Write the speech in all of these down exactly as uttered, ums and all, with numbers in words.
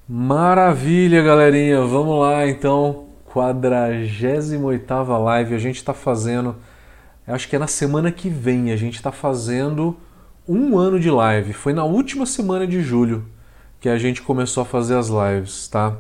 Maravilha, galerinha! Vamos lá, então, quadragésima oitava live. A gente está fazendo, acho que é na semana que vem, a gente está fazendo um ano de live. Foi na última semana de julho que a gente começou a fazer as lives, tá?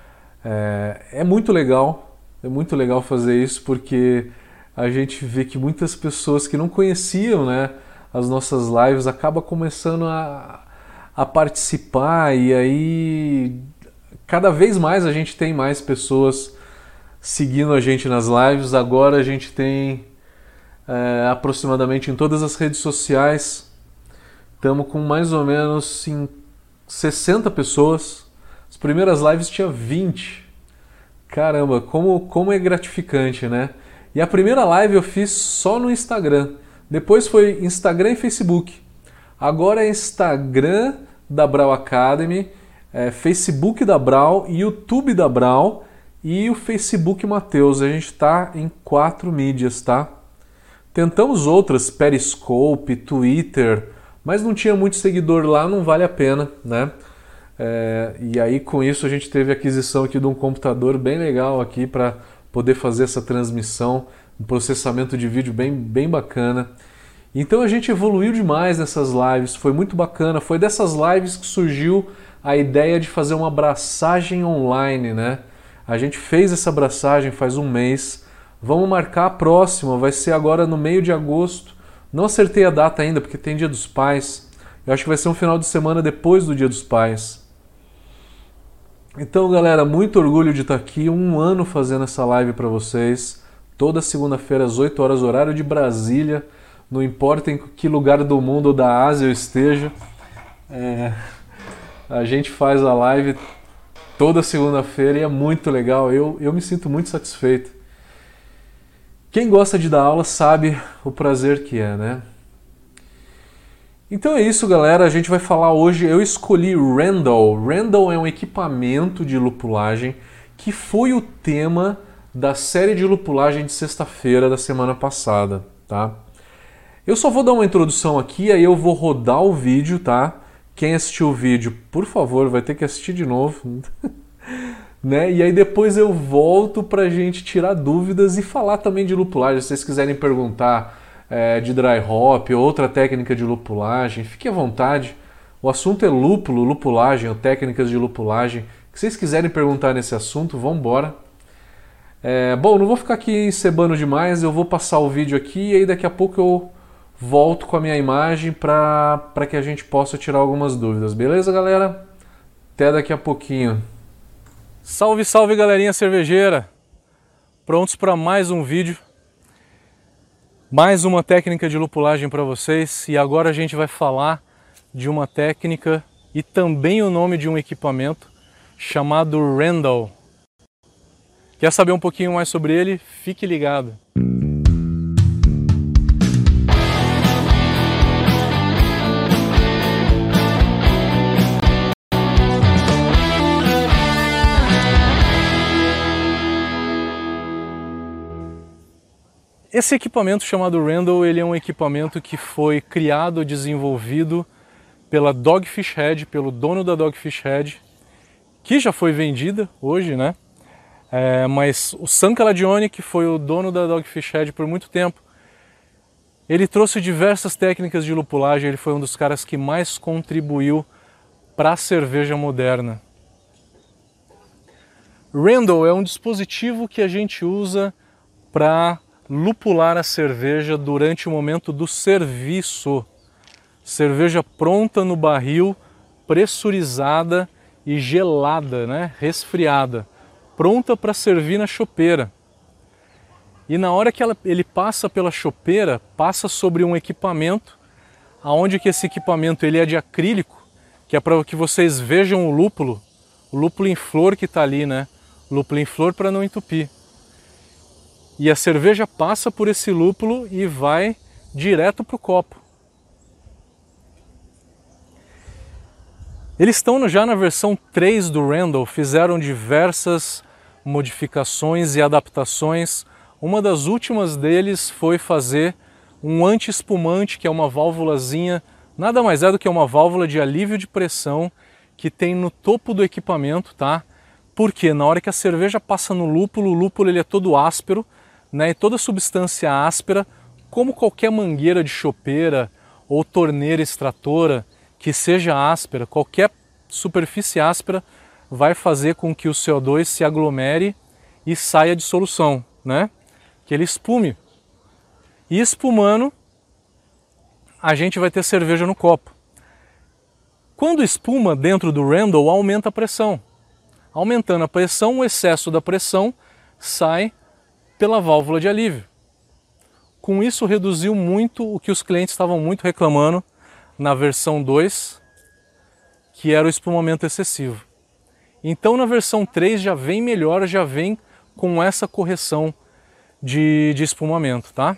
É, é muito legal, é muito legal fazer isso porque a gente vê que muitas pessoas que não conheciam, né, as nossas lives acabam começando a, a participar e aí cada vez mais a gente tem mais pessoas seguindo a gente nas lives. Agora a gente tem é, aproximadamente em todas as redes sociais, estamos com mais ou menos em sessenta pessoas. As primeiras lives tinha vinte. Caramba, como, como é gratificante, né? E a primeira live eu fiz só no Instagram. Depois foi Instagram e Facebook. Agora é Instagram da Brau Academy, é Facebook da Brau, YouTube da Brau e o Facebook Mateus. A gente está em quatro mídias, tá? Tentamos outras, Periscope, Twitter, mas não tinha muito seguidor lá, não vale a pena, né? É, e aí com isso a gente teve a aquisição aqui de um computador bem legal aqui para poder fazer essa transmissão, um processamento de vídeo bem, bem bacana. Então a gente evoluiu demais nessas lives, foi muito bacana. Foi dessas lives que surgiu a ideia de fazer uma abraçagem online, né? A gente fez essa abraçagem faz um mês, vamos marcar a próxima, vai ser agora no meio de agosto. Não acertei a data ainda porque tem Dia dos Pais, eu acho que vai ser um final de semana depois do Dia dos Pais. Então, galera, muito orgulho de estar aqui, um ano fazendo essa live para vocês, toda segunda-feira às oito horas, horário de Brasília, não importa em que lugar do mundo ou da Ásia eu esteja, é, a gente faz a live toda segunda-feira e é muito legal, eu, eu me sinto muito satisfeito. Quem gosta de dar aula sabe o prazer que é, né? Então é isso, galera, a gente vai falar hoje, eu escolhi Randall. Randall é um equipamento de lupulagem que foi o tema da série de lupulagem de sexta-feira da semana passada, tá? Eu só vou dar uma introdução aqui, aí eu vou rodar o vídeo, tá? Quem assistiu o vídeo, por favor, vai ter que assistir de novo, né? E aí depois eu volto pra gente tirar dúvidas e falar também de lupulagem, se vocês quiserem perguntar É, de dry hop, outra técnica de lupulagem, fique à vontade. O assunto é lúpulo, lupulagem, ou técnicas de lupulagem. Se vocês quiserem perguntar nesse assunto, vamos embora. É, bom, não vou ficar aqui encebando demais, eu vou passar o vídeo aqui e aí daqui a pouco eu volto com a minha imagem para que a gente possa tirar algumas dúvidas. Beleza, galera? Até daqui a pouquinho. Salve, salve, galerinha cervejeira! Prontos para mais um vídeo. Mais uma técnica de lupulagem para vocês e agora a gente vai falar de uma técnica e também o nome de um equipamento chamado Randall. Quer saber um pouquinho mais sobre ele? Fique ligado! Esse equipamento chamado Randall, ele é um equipamento que foi criado, desenvolvido pela Dogfish Head, pelo dono da Dogfish Head, que já foi vendida hoje, né? É, mas o Sam Calagione, que foi o dono da Dogfish Head por muito tempo, ele trouxe diversas técnicas de lupulagem, ele foi um dos caras que mais contribuiu para a cerveja moderna. Randall é um dispositivo que a gente usa para lupular a cerveja durante o momento do serviço. Cerveja pronta no barril, pressurizada e gelada, né? Resfriada, pronta para servir na chopeira. E na hora que ela, ele passa pela chopeira, passa sobre um equipamento, aonde que esse equipamento ele é de acrílico, que é para que vocês vejam o lúpulo, o lúpulo em flor que está ali, né? Lúpulo em flor para não entupir. E a cerveja passa por esse lúpulo e vai direto para o copo. Eles estão já na versão três do Randall, fizeram diversas modificações e adaptações. Uma das últimas deles foi fazer um anti-espumante, que é uma válvulazinha, nada mais é do que uma válvula de alívio de pressão que tem no topo do equipamento, tá? Porque na hora que a cerveja passa no lúpulo, o lúpulo ele é todo áspero, né? E toda substância áspera, como qualquer mangueira de chopeira ou torneira extratora que seja áspera, qualquer superfície áspera vai fazer com que o C O dois se aglomere e saia de solução, né? Que ele espume. E espumando, a gente vai ter cerveja no copo. Quando espuma dentro do Randall, aumenta a pressão. Aumentando a pressão, o excesso da pressão sai pela válvula de alívio. Com isso, reduziu muito o que os clientes estavam muito reclamando na versão dois, que era o espumamento excessivo. Então, na versão três já vem melhor, já vem com essa correção de, de espumamento, tá?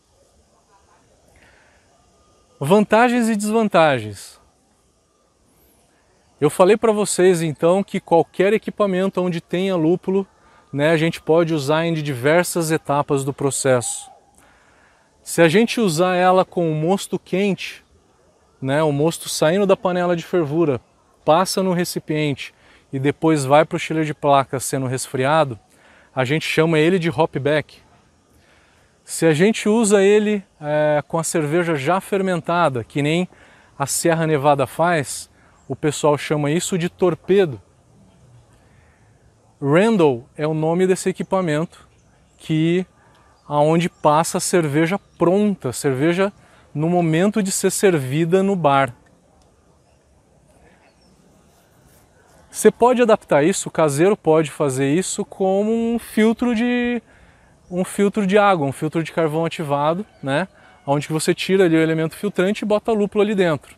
Vantagens e desvantagens. Eu falei para vocês então que qualquer equipamento onde tenha lúpulo, né, a gente pode usar em diversas etapas do processo. Se a gente usar ela com o mosto quente, né, o mosto saindo da panela de fervura, passa no recipiente e depois vai para o chiller de placa sendo resfriado, a gente chama ele de hopback. Se a gente usa ele é, com a cerveja já fermentada, que nem a Sierra Nevada faz, o pessoal chama isso de torpedo. Randall é o nome desse equipamento que aonde passa a cerveja pronta, cerveja no momento de ser servida no bar. Você pode adaptar isso, o caseiro pode fazer isso como um filtro de um filtro de água, um filtro de carvão ativado, né? Onde você tira ali o elemento filtrante e bota lúpulo ali dentro.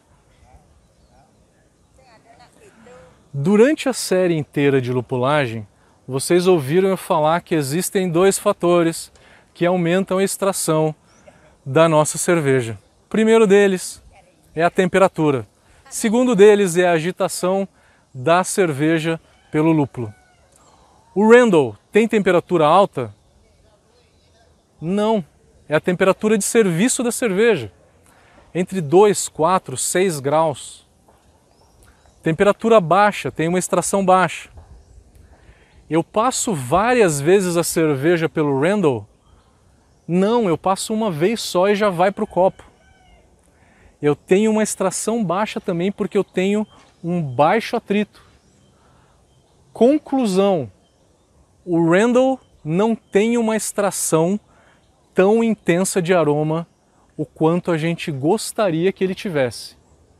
Durante a série inteira de lupulagem, vocês ouviram eu falar que existem dois fatores que aumentam a extração da nossa cerveja. O primeiro deles é a temperatura. O segundo deles é a agitação da cerveja pelo lúpulo. O Randall tem temperatura alta? Não. É a temperatura de serviço da cerveja. Entre dois, quatro, seis graus. Temperatura baixa, tem uma extração baixa. Eu passo várias vezes a cerveja pelo Randall? Não, eu passo uma vez só e já vai para o copo. Eu tenho uma extração baixa também porque eu tenho um baixo atrito. Conclusão, o Randall não tem uma extração tão intensa de aroma o quanto a gente gostaria que ele tivesse.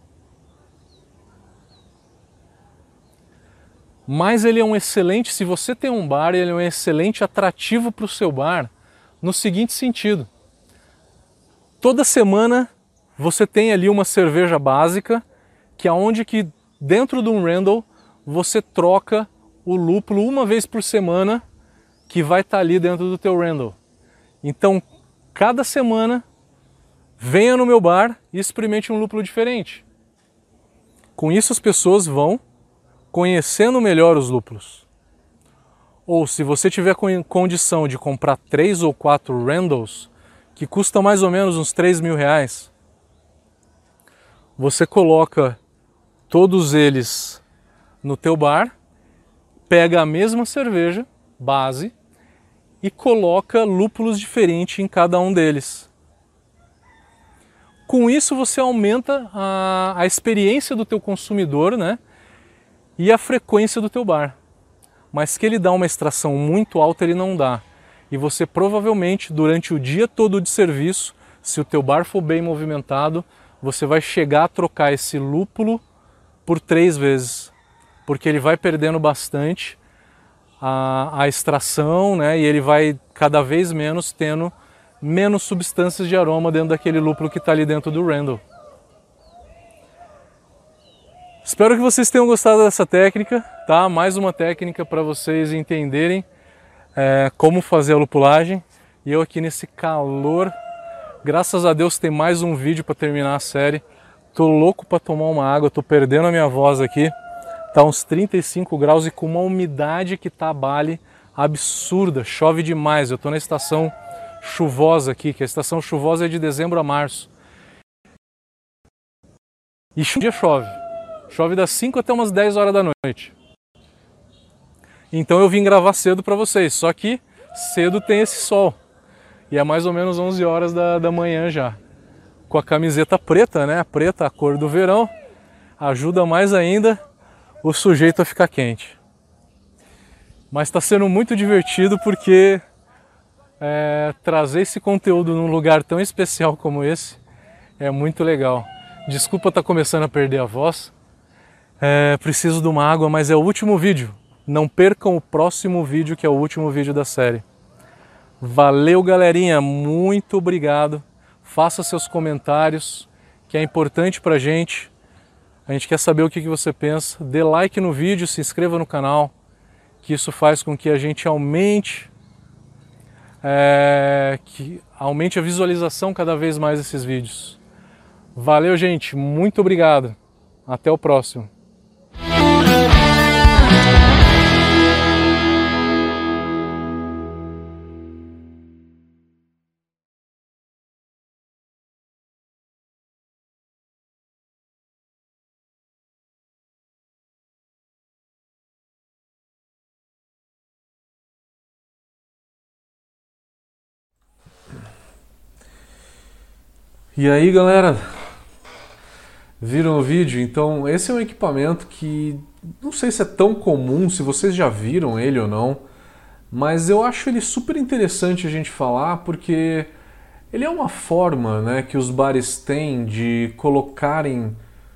Mas ele é um excelente, se você tem um bar, ele é um excelente atrativo para o seu bar no seguinte sentido. Toda semana você tem ali uma cerveja básica, que é onde que dentro de um Randall você troca o lúpulo uma vez por semana, que vai estar ali dentro do teu Randall. Então, cada semana, venha no meu bar e experimente um lúpulo diferente. Com isso as pessoas vão conhecendo melhor os lúpulos. Ou se você tiver condição de comprar três ou quatro Randalls, que custam mais ou menos uns três mil reais, você coloca todos eles no teu bar, pega a mesma cerveja, base, e coloca lúpulos diferentes em cada um deles. Com isso você aumenta a, a experiência do teu consumidor, né? E a frequência do teu bar. Mas que ele dá uma extração muito alta, ele não dá. E você provavelmente, durante o dia todo de serviço, se o teu bar for bem movimentado, você vai chegar a trocar esse lúpulo por três vezes. Porque ele vai perdendo bastante a, a extração, né? E ele vai cada vez menos tendo menos substâncias de aroma dentro daquele lúpulo que está ali dentro do Randall. Espero que vocês tenham gostado dessa técnica, tá? Mais uma técnica para vocês entenderem é, como fazer a lupulagem. E eu aqui nesse calor, graças a Deus tem mais um vídeo para terminar a série. Tô louco para tomar uma água, tô perdendo a minha voz aqui. Tá uns trinta e cinco graus e com uma umidade que tá Bali absurda, chove demais. Eu tô na estação chuvosa aqui, que a estação chuvosa é de dezembro a março. E um dia chove. Chove das cinco até umas dez horas da noite. Então eu vim gravar cedo para vocês, só que cedo tem esse sol. E é mais ou menos onze horas da, da manhã já. Com a camiseta preta, né? Preta, a cor do verão, ajuda mais ainda o sujeito a ficar quente. Mas está sendo muito divertido porque é, trazer esse conteúdo num lugar tão especial como esse é muito legal. Desculpa estar começando a perder a voz. É, preciso de uma água, mas é o último vídeo. Não percam o próximo vídeo, que é o último vídeo da série. Valeu, galerinha. Muito obrigado. Faça seus comentários, que é importante pra gente. A gente quer saber o que você pensa. Dê like no vídeo, se inscreva no canal, que isso faz com que a gente aumente, é, que aumente a visualização cada vez mais desses vídeos. Valeu, gente. Muito obrigado. Até o próximo. E aí, galera, viram o vídeo? Então, esse é um equipamento que não sei se é tão comum, se vocês já viram ele ou não, mas eu acho ele super interessante a gente falar porque ele é uma forma, né, que os bares têm de colocarem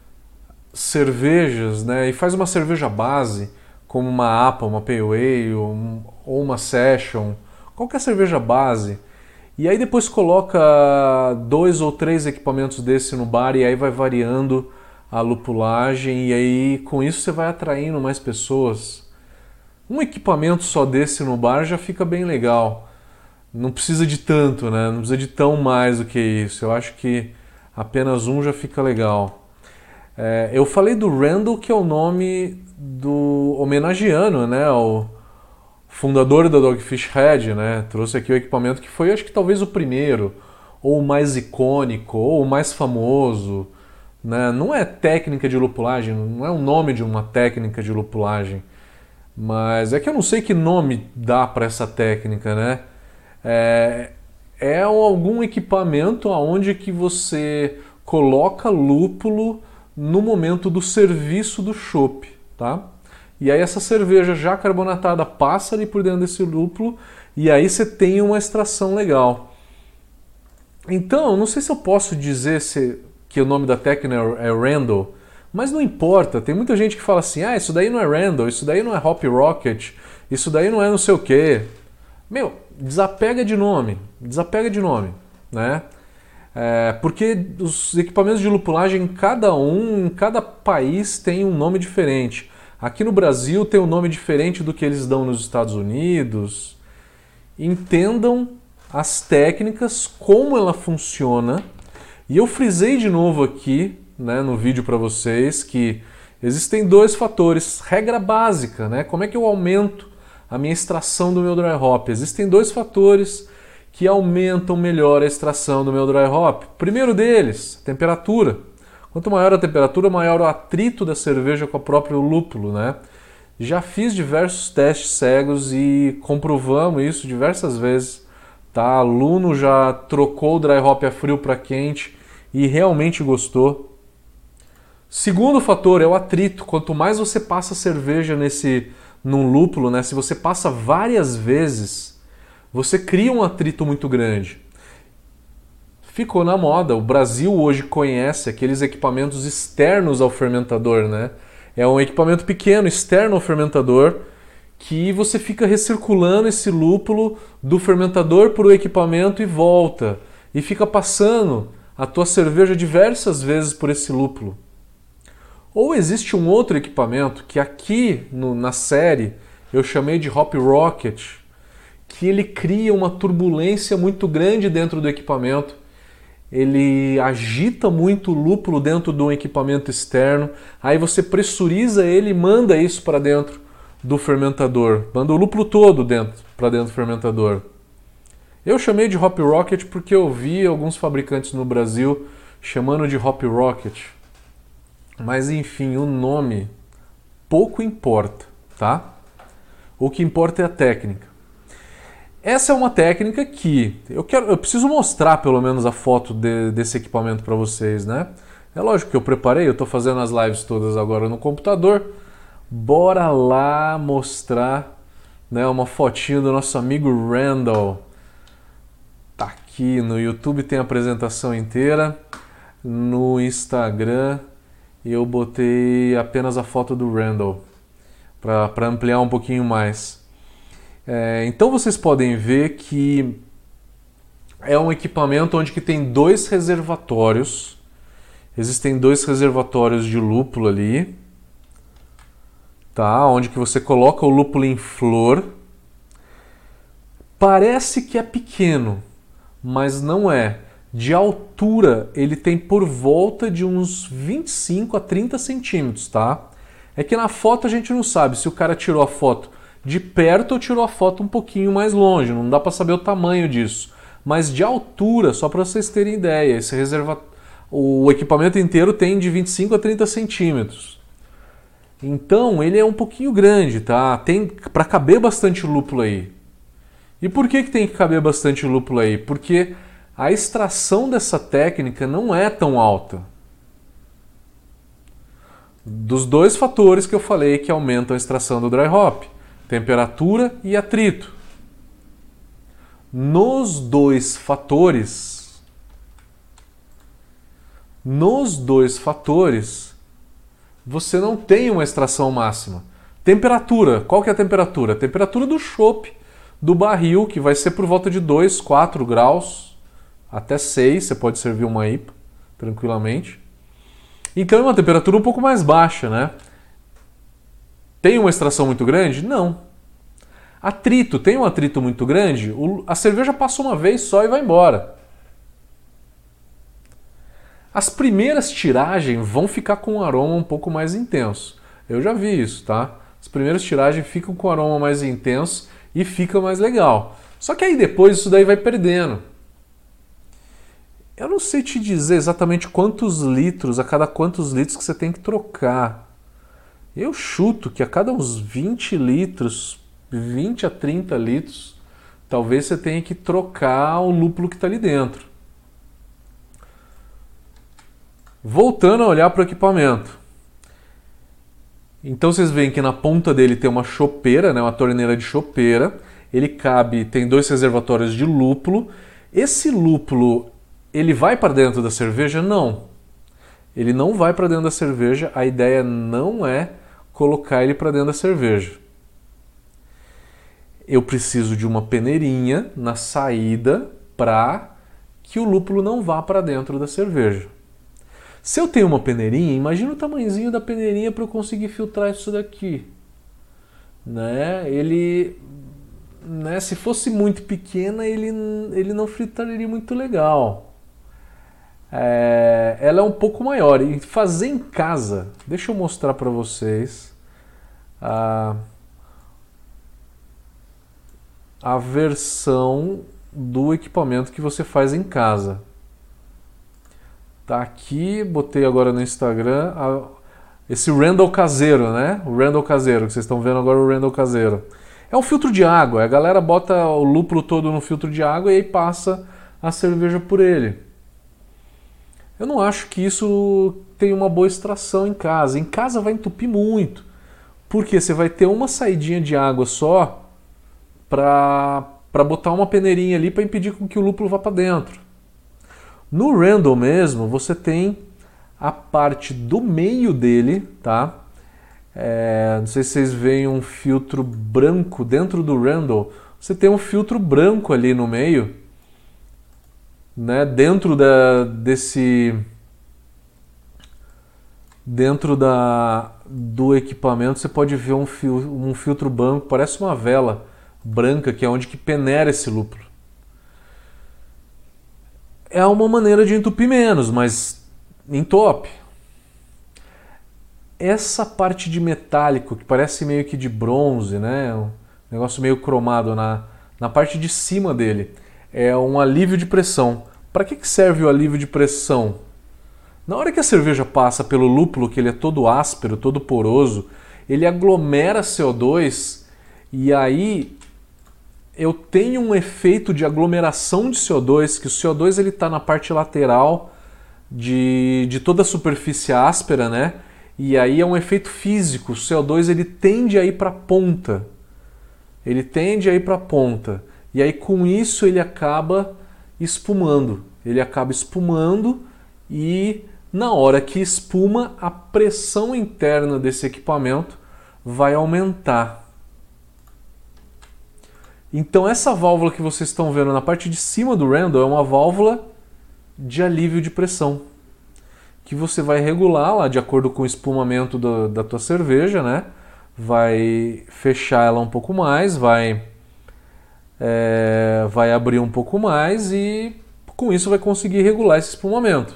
cervejas, né, e faz uma cerveja base, como uma A P A, uma Pale Ale ou uma Session, qualquer cerveja base. E aí depois coloca dois ou três equipamentos desse no bar e aí vai variando a lupulagem e aí com isso você vai atraindo mais pessoas. Um equipamento só desse no bar já fica bem legal. Não precisa de tanto, né? Não precisa de tão mais do que isso. Eu acho que apenas um já fica legal. É, eu falei do Randall, que é o nome do homenageando, né? O fundador da Dogfish Head, né? Trouxe aqui o equipamento que foi, acho que talvez o primeiro, ou o mais icônico, ou o mais famoso, né? Não é técnica de lupulagem, não é o nome de uma técnica de lupulagem, mas é que eu não sei que nome dá para essa técnica, né? É, é algum equipamento onde que você coloca lúpulo no momento do serviço do chopp, tá? E aí essa cerveja já carbonatada passa ali por dentro desse lúpulo e aí você tem uma extração legal. Então, não sei se eu posso dizer se, que o nome da técnica é Randall, mas não importa. Tem muita gente que fala assim, ah, isso daí não é Randall, isso daí não é Hop Rocket, isso daí não é não sei o quê. Meu, desapega de nome, desapega de nome, né? É, porque os equipamentos de lupulagem, cada um, em cada país tem um nome diferente. Aqui no Brasil tem um nome diferente do que eles dão nos Estados Unidos. Entendam as técnicas, como ela funciona. E eu frisei de novo aqui, né, no vídeo para vocês que existem dois fatores. Regra básica, né? Como é que eu aumento a minha extração do meu dry hop? Existem dois fatores que aumentam melhor a extração do meu dry hop. O primeiro deles, temperatura. Quanto maior a temperatura, maior o atrito da cerveja com o próprio lúpulo, né? Já fiz diversos testes cegos e comprovamos isso diversas vezes, tá? Aluno já trocou o dry hop a frio para quente e realmente gostou. Segundo fator é o atrito. Quanto mais você passa cerveja nesse num lúpulo, né? Se você passa várias vezes, você cria um atrito muito grande. Ficou na moda. O Brasil hoje conhece aqueles equipamentos externos ao fermentador, né? É um equipamento pequeno, externo ao fermentador, que você fica recirculando esse lúpulo do fermentador para o equipamento e volta. E fica passando a tua cerveja diversas vezes por esse lúpulo. Ou existe um outro equipamento que aqui no, na série eu chamei de Hop Rocket, que ele cria uma turbulência muito grande dentro do equipamento. Ele agita muito o lúpulo dentro de um equipamento externo, aí você pressuriza ele e manda isso para dentro do fermentador, manda o lúpulo todo dentro para dentro do fermentador. Eu chamei de Hop Rocket porque eu vi alguns fabricantes no Brasil chamando de Hop Rocket. Mas enfim, o nome pouco importa, tá? O que importa é a técnica. Essa é uma técnica que eu quero, eu preciso mostrar pelo menos a foto de, desse equipamento para vocês, né? É lógico que eu preparei, eu estou fazendo as lives todas agora no computador. Bora lá mostrar, né, uma fotinho do nosso amigo Randall. Tá aqui no YouTube, tem a apresentação inteira. No Instagram eu botei apenas a foto do Randall para ampliar um pouquinho mais. É, então vocês podem ver que é um equipamento onde que tem dois reservatórios. Existem dois reservatórios de lúpulo ali, tá? Onde que você coloca o lúpulo em flor. Parece que é pequeno, mas não é. De altura, ele tem por volta de uns vinte e cinco a trinta centímetros, tá? É que na foto a gente não sabe se o cara tirou a foto de perto ou tirou a foto um pouquinho mais longe, não dá para saber o tamanho disso. Mas de altura, só para vocês terem ideia, esse reserva... o equipamento inteiro tem de vinte e cinco a trinta centímetros. Então ele é um pouquinho grande, tá? Tem para caber bastante lúpulo aí. E por que que tem que caber bastante lúpulo aí? Porque a extração dessa técnica não é tão alta. Dos dois fatores que eu falei que aumentam a extração do dry hop, temperatura e atrito. Nos dois fatores, nos dois fatores, você não tem uma extração máxima. Temperatura, qual que é a temperatura? A temperatura do chope do barril, que vai ser por volta de dois, quatro graus, até seis, você pode servir uma I P A tranquilamente. Então é uma temperatura um pouco mais baixa, né? Tem uma extração muito grande? Não. Atrito, tem um atrito muito grande? A cerveja passa uma vez só e vai embora. As primeiras tiragens vão ficar com um aroma um pouco mais intenso. Eu já vi isso, tá? As primeiras tiragens ficam com um aroma mais intenso e fica mais legal. Só que aí depois isso daí vai perdendo. Eu não sei te dizer exatamente quantos litros, a cada quantos litros que você tem que trocar. Eu chuto que a cada uns vinte litros, vinte a trinta litros, talvez você tenha que trocar o lúpulo que está ali dentro. Voltando a olhar para o equipamento. Então vocês veem que na ponta dele tem uma chopeira, né, uma torneira de chopeira. Ele cabe, tem dois reservatórios de lúpulo. Esse lúpulo, ele vai para dentro da cerveja? Não. Ele não vai para dentro da cerveja. A ideia não é colocar ele para dentro da cerveja. Eu preciso de uma peneirinha na saída para que o lúpulo não vá para dentro da cerveja. Se eu tenho uma peneirinha, imagina o tamanhozinho da peneirinha para eu conseguir filtrar isso daqui. Né? Ele, né, se fosse muito pequena, ele, ele não filtraria muito legal. É, ela é um pouco maior. E fazer em casa, deixa eu mostrar para vocês a, a versão do equipamento que você faz em casa. Tá aqui, botei agora no Instagram a, esse Randall caseiro, né? O Randall caseiro, que vocês estão vendo agora, o Randall caseiro. É um filtro de água, a galera bota o lúpulo todo no filtro de água e aí passa a cerveja por ele. Eu não acho que isso tem uma boa extração em casa. Em casa vai entupir muito, porque você vai ter uma saidinha de água só para para botar uma peneirinha ali para impedir que o lúpulo vá para dentro. No Randall mesmo, você tem a parte do meio dele, tá? É, não sei se vocês veem um filtro branco dentro do Randall. Você tem um filtro branco ali no meio, né? Dentro da, desse, dentro da, do equipamento, você pode ver um, fil, um filtro branco, parece uma vela branca, que é onde que peneira esse lúpulo. É uma maneira de entupir menos, mas entope. Essa parte de metálico, que parece meio que de bronze, né? Um negócio meio cromado na, na parte de cima dele, é um alívio de pressão. Para que, que serve o alívio de pressão? Na hora que a cerveja passa pelo lúpulo, que ele é todo áspero, todo poroso, ele aglomera C O dois e aí eu tenho um efeito de aglomeração de C O dois, que o C O dois ele está na parte lateral de, de toda a superfície áspera, né? E aí é um efeito físico, o C O dois ele tende a ir para a ponta. Ele tende a ir para a ponta. E aí com isso ele acaba espumando. Ele acaba espumando e na hora que espuma, a pressão interna desse equipamento vai aumentar. Então essa válvula que vocês estão vendo na parte de cima do Randall é uma válvula de alívio de pressão, que você vai regular lá de acordo com o espumamento do, da tua cerveja, né? Vai fechar ela um pouco mais, vai, é, vai abrir um pouco mais e com isso vai conseguir regular esse espumamento.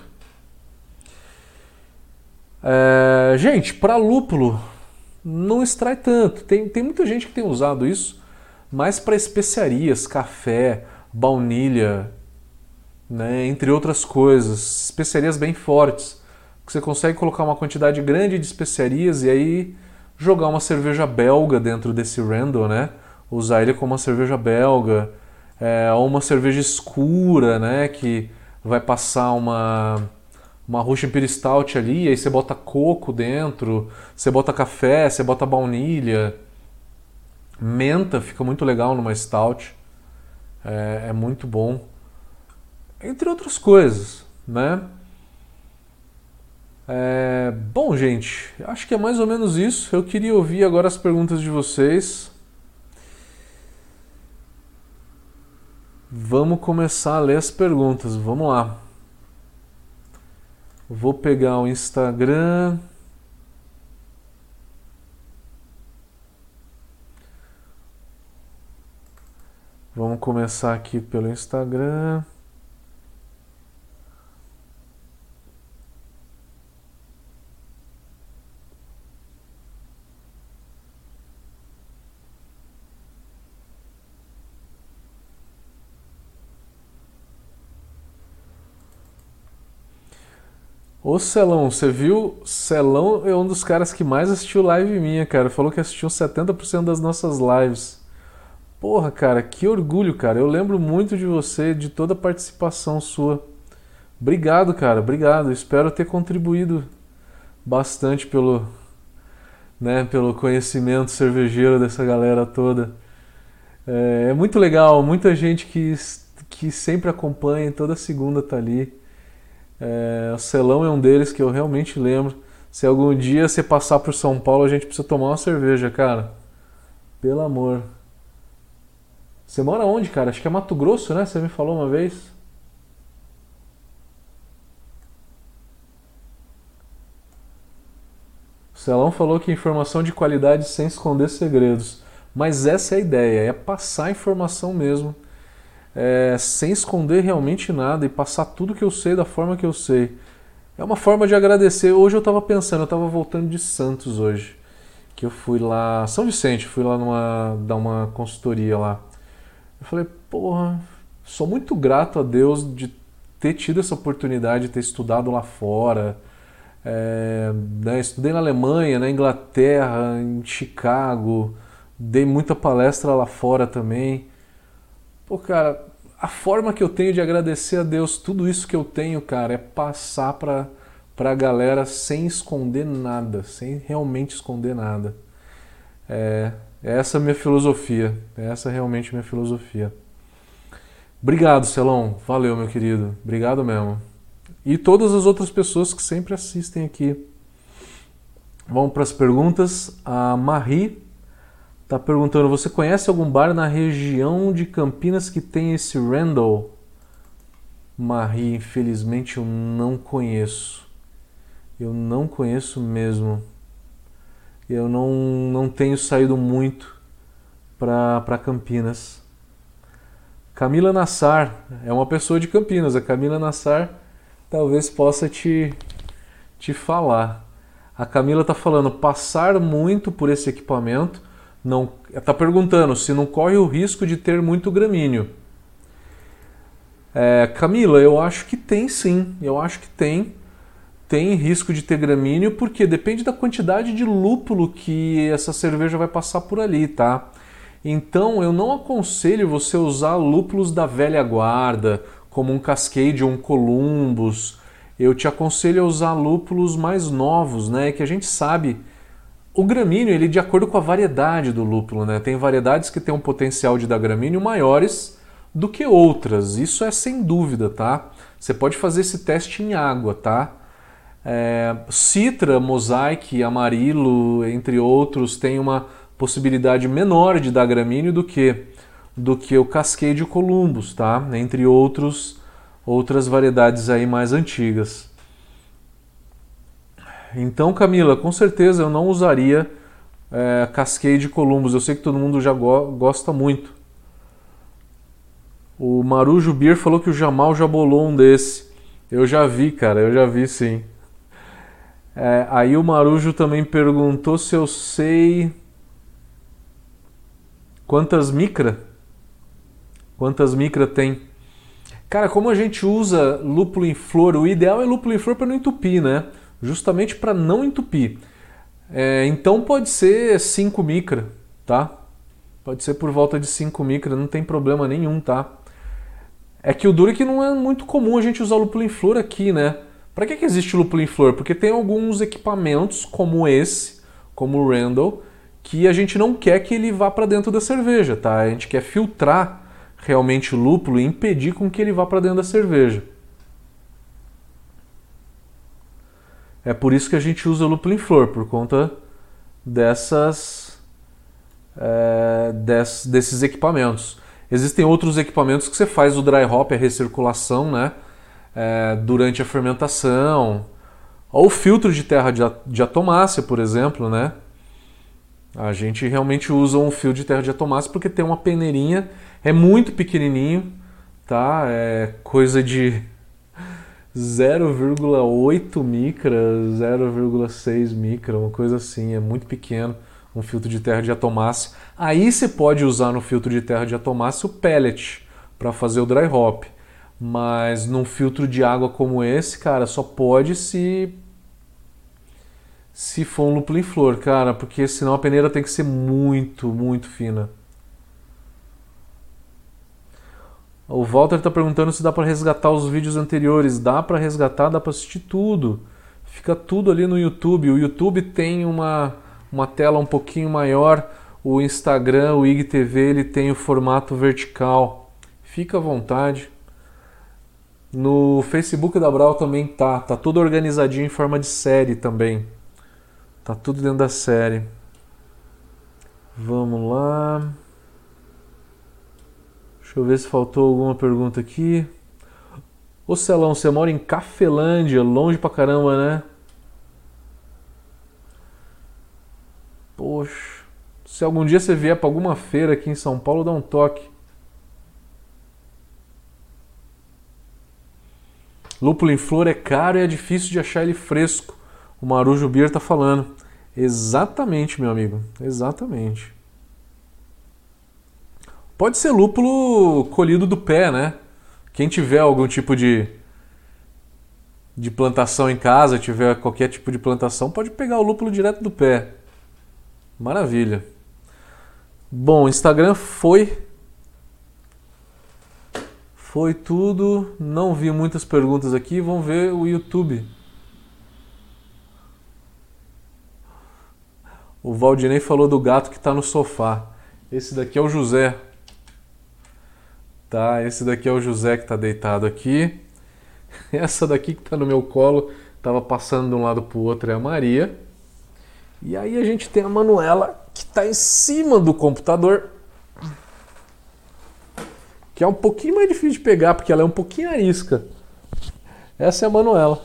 É, gente, para lúpulo não extrai tanto. Tem, tem muita gente que tem usado isso, mas para especiarias, café, baunilha, né, entre outras coisas, especiarias bem fortes, que você consegue colocar uma quantidade grande de especiarias e aí jogar uma cerveja belga dentro desse Randall, né? Usar ele como uma cerveja belga, é, ou uma cerveja escura, né? Que vai passar uma uma Russian Imperial Stout ali, aí você bota coco dentro, você bota café, você bota baunilha, menta, fica muito legal numa Stout, é, é muito bom, entre outras coisas, né? É, bom, gente, acho que é mais ou menos isso. Eu queria ouvir agora as perguntas de vocês. Vamos começar a ler as perguntas, vamos lá. Vou pegar o Instagram. Vamos começar aqui pelo Instagram. Ô Celão, você viu? Celão é um dos caras que mais assistiu live minha, cara. Falou que assistiu setenta por cento das nossas lives. Porra, cara, que orgulho, cara. Eu lembro muito de você, de toda a participação sua. Obrigado, cara, obrigado. Espero ter contribuído bastante pelo, né, pelo conhecimento cervejeiro dessa galera toda. É, é muito legal, muita gente que, que sempre acompanha, toda segunda tá ali. É, o Celão é um deles que eu realmente lembro. Se algum dia você passar por São Paulo, a gente precisa tomar uma cerveja, cara. Pelo amor. Você mora onde, cara? Acho que é Mato Grosso, né? Você me falou uma vez. O Celão falou que informação de qualidade sem esconder segredos. Mas essa é a ideia, é passar informação mesmo. É, sem esconder realmente nada e passar tudo que eu sei da forma que eu sei. É uma forma de agradecer. Hoje eu estava pensando, eu estava voltando de Santos hoje, que eu fui lá, São Vicente, fui lá numa, dar uma consultoria lá. Eu falei, porra, sou muito grato a Deus de ter tido essa oportunidade de ter estudado lá fora. É, né, estudei na Alemanha, na Inglaterra, em Chicago, dei muita palestra lá fora também. Pô, cara, a forma que eu tenho de agradecer a Deus, tudo isso que eu tenho, cara, é passar pra, pra galera sem esconder nada, sem realmente esconder nada. É, é essa a minha filosofia, é essa realmente a minha filosofia. Obrigado, Celão, valeu, meu querido, obrigado mesmo. E todas as outras pessoas que sempre assistem aqui. Vamos para as perguntas. A Marie tá perguntando, você conhece algum bar na região de Campinas que tem esse Randall? Marie, infelizmente eu não conheço. Eu não conheço mesmo. Eu não, não tenho saído muito para Campinas. Camila Nassar é uma pessoa de Campinas. A Camila Nassar talvez possa te, te falar. A Camila tá falando, passar muito por esse equipamento... Não, está perguntando se não corre o risco de ter muito gramíneo. É, Camila, eu acho que tem sim, eu acho que tem. tem risco de ter gramíneo, porque depende da quantidade de lúpulo que essa cerveja vai passar por ali, tá? Então eu não aconselho você usar lúpulos da velha guarda, como um Cascade ou um Columbus. Eu te aconselho a usar lúpulos mais novos, né? Que a gente sabe, o gramíneo, ele de acordo com a variedade do lúpulo, né? Tem variedades que têm um potencial de dar gramíneo maiores do que outras. Isso é sem dúvida, tá? Você pode fazer esse teste em água, tá? É, Citra, Mosaic, Amarillo, entre outros, tem uma possibilidade menor de dar gramíneo do que do que o Cascade e o Columbus, tá? Entre outros, outras variedades aí mais antigas. Então, Camila, com certeza eu não usaria é, Cascade e Columbus. Eu sei que todo mundo já go gosta muito. O Marujo Beer falou que o Jamal já bolou um desse. Eu já vi, cara, eu já vi sim. É, aí o Marujo também perguntou se eu sei quantas micra. Quantas micra tem? Cara, como a gente usa lúpulo em flor, o ideal é lúpulo em flor para não entupir, né? Justamente para não entupir. É, então pode ser cinco micra, tá? Pode ser por volta de cinco micra, não tem problema nenhum, tá? É que o duro é que não é muito comum a gente usar lúpulo em flor aqui, né? Para que, que existe lúpulo em flor? Porque tem alguns equipamentos, como esse, como o Randall, que a gente não quer que ele vá para dentro da cerveja, tá? A gente quer filtrar realmente o lúpulo e impedir com que ele vá para dentro da cerveja. É por isso que a gente usa lúpulo em flor, por conta dessas, é, des, desses equipamentos. Existem outros equipamentos que você faz o dry hop, a recirculação, né? É, durante a fermentação, ou o filtro de terra de, de atomácia, por exemplo, né? A gente realmente usa um fio de terra de atomácia porque tem uma peneirinha, é muito pequenininho, tá? É coisa de zero vírgula oito micra, zero vírgula seis micra, uma coisa assim, é muito pequeno, um filtro de terra de atomácia. Aí você pode usar no filtro de terra de atomácia o pellet para fazer o dry hop. Mas num filtro de água como esse, cara, só pode se se for um lúpulo em flor, cara, porque senão a peneira tem que ser muito, muito fina. O Walter tá perguntando se dá para resgatar os vídeos anteriores. Dá para resgatar, dá para assistir tudo. Fica tudo ali no YouTube. O YouTube tem uma uma tela um pouquinho maior. O Instagram, o I G T V, ele tem o formato vertical. Fica à vontade. No Facebook da Brau também tá, tá tudo organizadinho em forma de série também. Tá tudo dentro da série. Vamos lá. Deixa eu ver se faltou alguma pergunta aqui. Ô Celão, você mora em Cafelândia, longe pra caramba, né? Poxa, se algum dia você vier pra alguma feira aqui em São Paulo, dá um toque. Lúpulo em flor é caro e é difícil de achar ele fresco. O Marujo Beer tá falando. Exatamente, meu amigo. Exatamente. Pode ser lúpulo colhido do pé, né? Quem tiver algum tipo de, de plantação em casa, tiver qualquer tipo de plantação, pode pegar o lúpulo direto do pé. Maravilha. Bom, o Instagram foi... Foi tudo. Não vi muitas perguntas aqui. Vamos ver o YouTube. O Valdinei falou do gato que está no sofá. Esse daqui é o José. Tá, esse daqui é o José que está deitado aqui. Essa daqui que está no meu colo, estava passando de um lado para o outro, é a Maria. E aí a gente tem a Manuela, que está em cima do computador. Que é um pouquinho mais difícil de pegar, porque ela é um pouquinho arisca. Essa é a Manuela.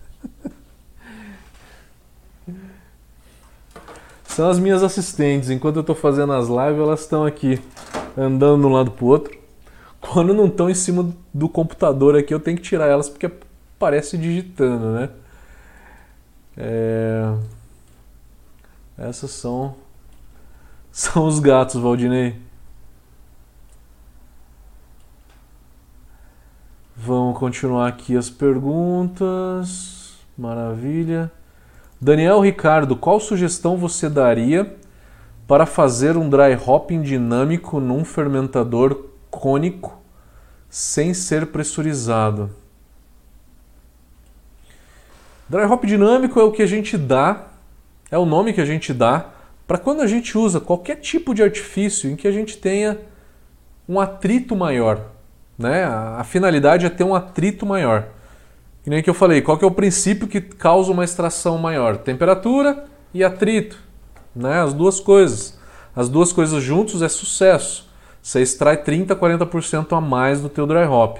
São as minhas assistentes. Enquanto eu estou fazendo as lives, elas estão aqui, andando de um lado para o outro. Quando não estão em cima do computador aqui, eu tenho que tirar elas, porque parece digitando, né? É... Essas são... São os gatos, Valdinei. Vamos continuar aqui as perguntas. Maravilha. Daniel Ricardo, qual sugestão você daria para fazer um dry hopping dinâmico num fermentador cônico sem ser pressurizado? Dry hop dinâmico é o que a gente dá, é o nome que a gente dá para quando a gente usa qualquer tipo de artifício em que a gente tenha um atrito maior, né? A finalidade é ter um atrito maior. Que nem que eu falei, qual que é o princípio que causa uma extração maior? Temperatura e atrito, né? As duas coisas. As duas coisas juntos é sucesso. Você extrai trinta, quarenta por cento a mais do teu dry hop.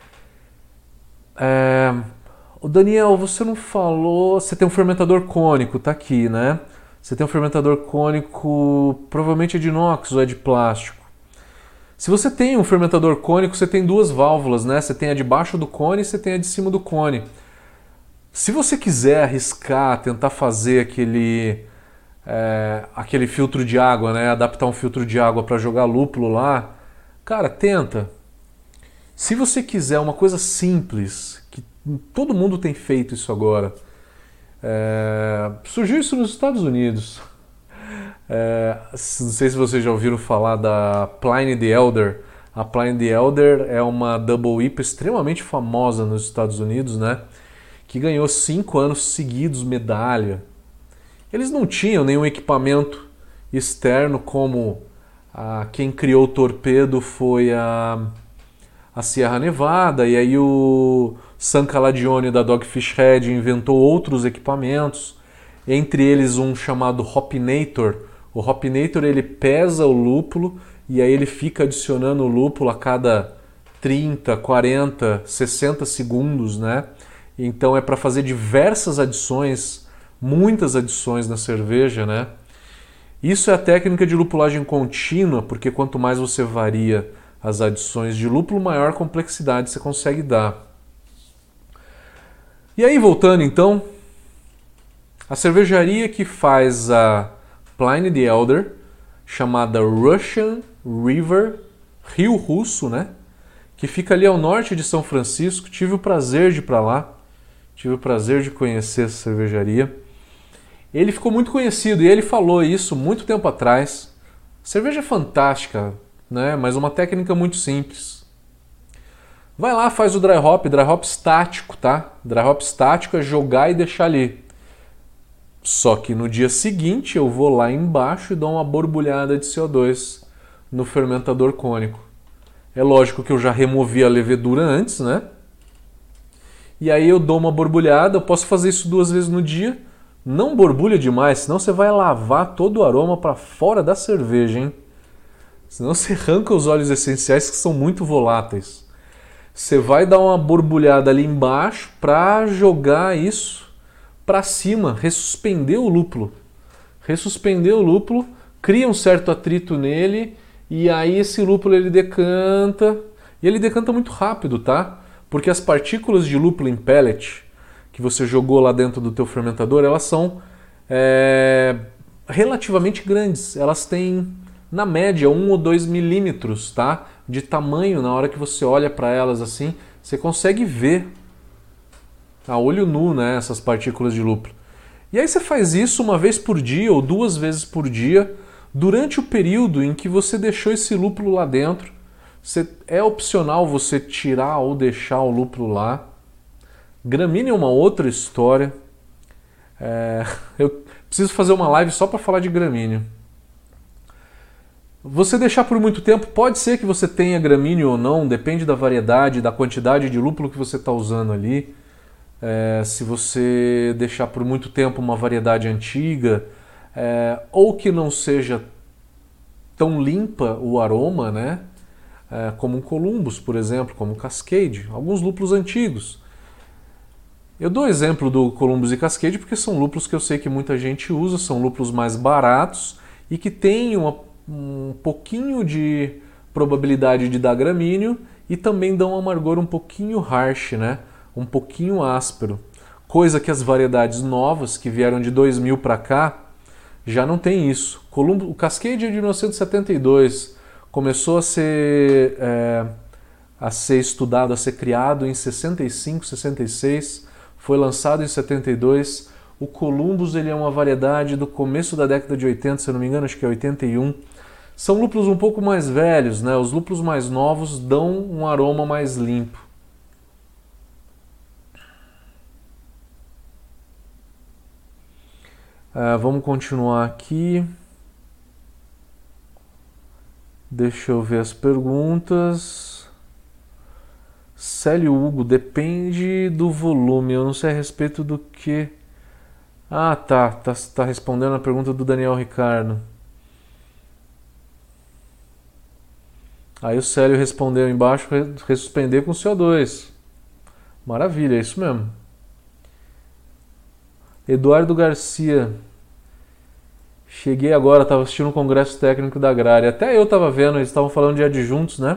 É... O Daniel, você não falou... Você tem um fermentador cônico, tá aqui, né? Você tem um fermentador cônico, provavelmente é de inox ou é de plástico. Se você tem um fermentador cônico, você tem duas válvulas, né? Você tem a de baixo do cone e você tem a de cima do cone. Se você quiser arriscar, tentar fazer aquele, é, aquele filtro de água, né? Adaptar um filtro de água para jogar lúpulo lá, cara, tenta. Se você quiser uma coisa simples, que todo mundo tem feito isso agora, é, surgiu isso nos Estados Unidos. É, não sei se vocês já ouviram falar da Pliny the Elder. A Pliny the Elder é uma Double I P A extremamente famosa nos Estados Unidos, né? Que ganhou cinco anos seguidos medalha. Eles não tinham nenhum equipamento externo como a, quem criou o torpedo foi a, a Sierra Nevada, e aí o San Calagione da Dogfish Head inventou outros equipamentos, entre eles um chamado Hopinator. O Hopinator ele pesa o lúpulo e aí ele fica adicionando o lúpulo a cada trinta, quarenta, sessenta segundos, né? Então é para fazer diversas adições, muitas adições na cerveja, né? Isso é a técnica de lupulagem contínua, porque quanto mais você varia as adições de lúpulo, maior complexidade você consegue dar. E aí, voltando então, a cervejaria que faz a Pliny the Elder, chamada Russian River, Rio Russo, né? Que fica ali ao norte de São Francisco. Tive o prazer de ir para lá, tive o prazer de conhecer essa cervejaria. Ele ficou muito conhecido e ele falou isso muito tempo atrás. Cerveja é fantástica, né? Mas uma técnica muito simples. Vai lá, faz o dry hop, dry hop estático, tá? Dry hop estático é jogar e deixar ali. Só que no dia seguinte eu vou lá embaixo e dou uma borbulhada de C O dois no fermentador cônico. É lógico que eu já removi a levedura antes, né? E aí eu dou uma borbulhada, eu posso fazer isso duas vezes no dia. Não borbulha demais, senão você vai lavar todo o aroma para fora da cerveja, hein? Senão você arranca os óleos essenciais que são muito voláteis. Você vai dar uma borbulhada ali embaixo para jogar isso para cima, ressuspender o lúpulo. Ressuspender o lúpulo, cria um certo atrito nele e aí esse lúpulo ele decanta. E ele decanta muito rápido, tá? Porque as partículas de lúpulo em pellet que você jogou lá dentro do teu fermentador, elas são é, relativamente grandes. Elas têm, na média, um ou dois milímetros, tá? De tamanho. Na hora que você olha para elas assim, você consegue ver a olho nu, né, essas partículas de lúpulo. E aí você faz isso uma vez por dia ou duas vezes por dia durante o período em que você deixou esse lúpulo lá dentro. Você, é opcional você tirar ou deixar o lúpulo lá. Gramínea é uma outra história. É, eu preciso fazer uma live só para falar de gramínea. Você deixar por muito tempo, pode ser que você tenha gramínea ou não, depende da variedade, da quantidade de lúpulo que você está usando ali. É, se você deixar por muito tempo uma variedade antiga, é, ou que não seja tão limpa o aroma, né? É, como um Columbus, por exemplo, como um Cascade, alguns lúpulos antigos. Eu dou exemplo do Columbus e Cascade porque são lúpulos que eu sei que muita gente usa, são lúpulos mais baratos e que têm uma, um pouquinho de probabilidade de dar gramíneo e também dão um amargor um pouquinho harsh, né? Um pouquinho áspero, coisa que as variedades novas que vieram de dois mil para cá já não tem isso. Columbus, o Cascade é de mil novecentos e setenta e dois, começou a ser, é, a ser estudado, a ser criado em sessenta e cinco, sessenta e seis, foi lançado em setenta e dois. O Columbus ele é uma variedade do começo da década de oitenta, se eu não me engano, acho que é oitenta e um. São lúpulos um pouco mais velhos, né? Os lúpulos mais novos dão um aroma mais limpo. Uh, vamos continuar aqui. Deixa eu ver as perguntas. Célio Hugo, depende do volume. Eu não sei a respeito do que... Ah, tá. Tá, tá respondendo a pergunta do Daniel Ricardo. Aí o Célio respondeu embaixo, resuspender com C O dois. Maravilha, é isso mesmo. Eduardo Garcia. Cheguei agora, estava assistindo o Congresso Técnico da Agrária. Até eu estava vendo, eles estavam falando de adjuntos, né?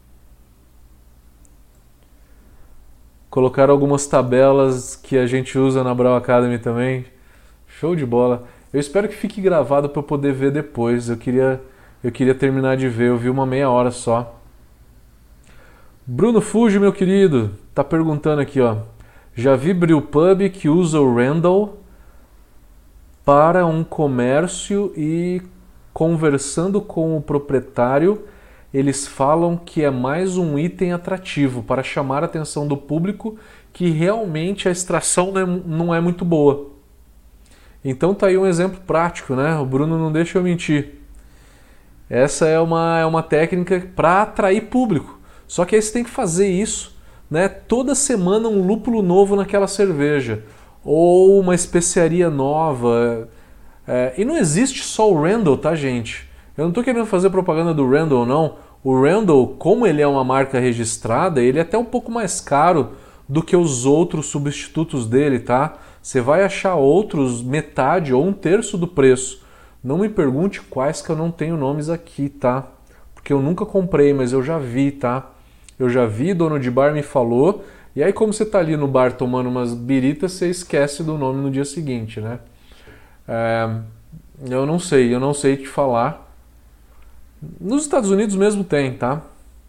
Colocaram algumas tabelas que a gente usa na Brau Academy também. Show de bola. Eu espero que fique gravado para eu poder ver depois. Eu queria, eu queria terminar de ver, eu vi uma meia hora só. Bruno Fuji, meu querido, tá perguntando aqui, ó. Já vi brewpub que usa o Randall para um comércio e conversando com o proprietário, eles falam que é mais um item atrativo para chamar a atenção do público que realmente a extração não é muito boa. Então tá aí um exemplo prático, né? O Bruno não deixa eu mentir. Essa é uma, é uma técnica para atrair público. Só que aí você tem que fazer isso, né? Toda semana um lúpulo novo naquela cerveja. Ou uma especiaria nova. É, e não existe só o Randall, tá, gente? Eu não estou querendo fazer propaganda do Randall, não. O Randall, como ele é uma marca registrada, ele é até um pouco mais caro do que os outros substitutos dele, tá? Você vai achar outros metade ou um terço do preço. Não me pergunte quais que eu não tenho nomes aqui, tá? Porque eu nunca comprei, mas eu já vi, tá? Eu já vi, dono de bar me falou... E aí, como você está ali no bar tomando umas biritas, você esquece do nome no dia seguinte, né? É, eu não sei, eu não sei te falar. Nos Estados Unidos mesmo tem, tá?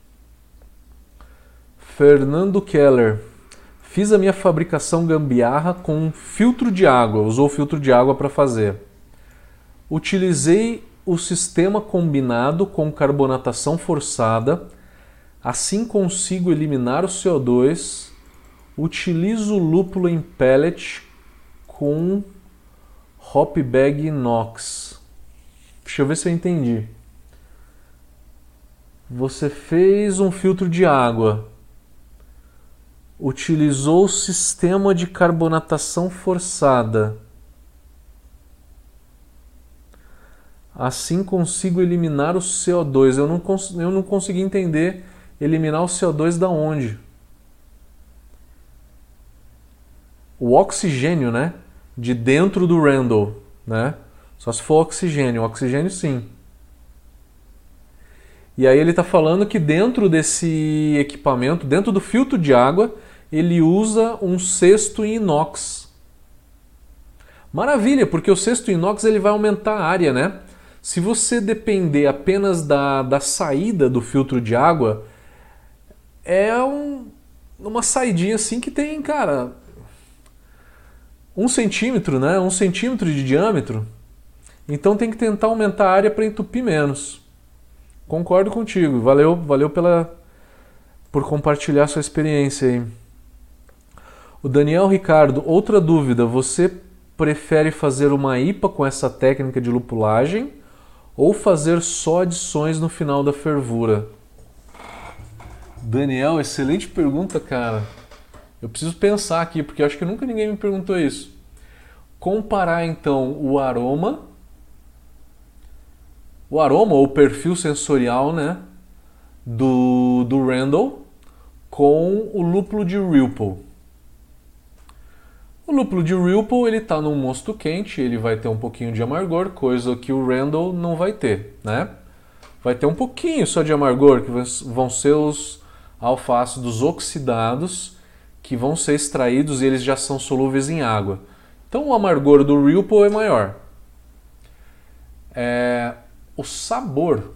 Fernando Keller. Fiz a minha fabricação gambiarra com filtro de água. Usou filtro de água para fazer. Utilizei o sistema combinado com carbonatação forçada. Assim consigo eliminar o C O dois. Utilizo lúpulo em pellet com hop bag inox. Deixa eu ver se eu entendi. Você fez um filtro de água. Utilizou o sistema de carbonatação forçada. Assim consigo eliminar o C O dois. Eu não, cons- eu não consegui entender eliminar o C O dois da onde? O oxigênio, né? De dentro do Randall, né? Só se for oxigênio. Oxigênio, sim. E aí ele está falando que dentro desse equipamento, dentro do filtro de água, ele usa um cesto em inox. Maravilha, porque o cesto inox ele vai aumentar a área, né? Se você depender apenas da, da saída do filtro de água, é um, uma saidinha assim que tem, cara, um centímetro, né? Um centímetro de diâmetro. Então tem que tentar aumentar a área para entupir menos. Concordo contigo. Valeu, valeu pela, por compartilhar sua experiência aí. O Daniel Ricardo, outra dúvida. Você prefere fazer uma I P A com essa técnica de lupulagem ou fazer só adições no final da fervura? Daniel, excelente pergunta, cara. Eu preciso pensar aqui, porque eu acho que nunca ninguém me perguntou isso. Comparar, então, o aroma, o aroma ou o perfil sensorial, né, do, do Randall com o lúpulo de Ripple. O lúpulo de Ripple, ele está num mosto quente, ele vai ter um pouquinho de amargor, coisa que o Randall não vai ter, né? Vai ter um pouquinho só de amargor, que vão ser os alfácidos oxidados, que vão ser extraídos e eles já são solúveis em água. Então o amargor do Ripple é maior. É, o sabor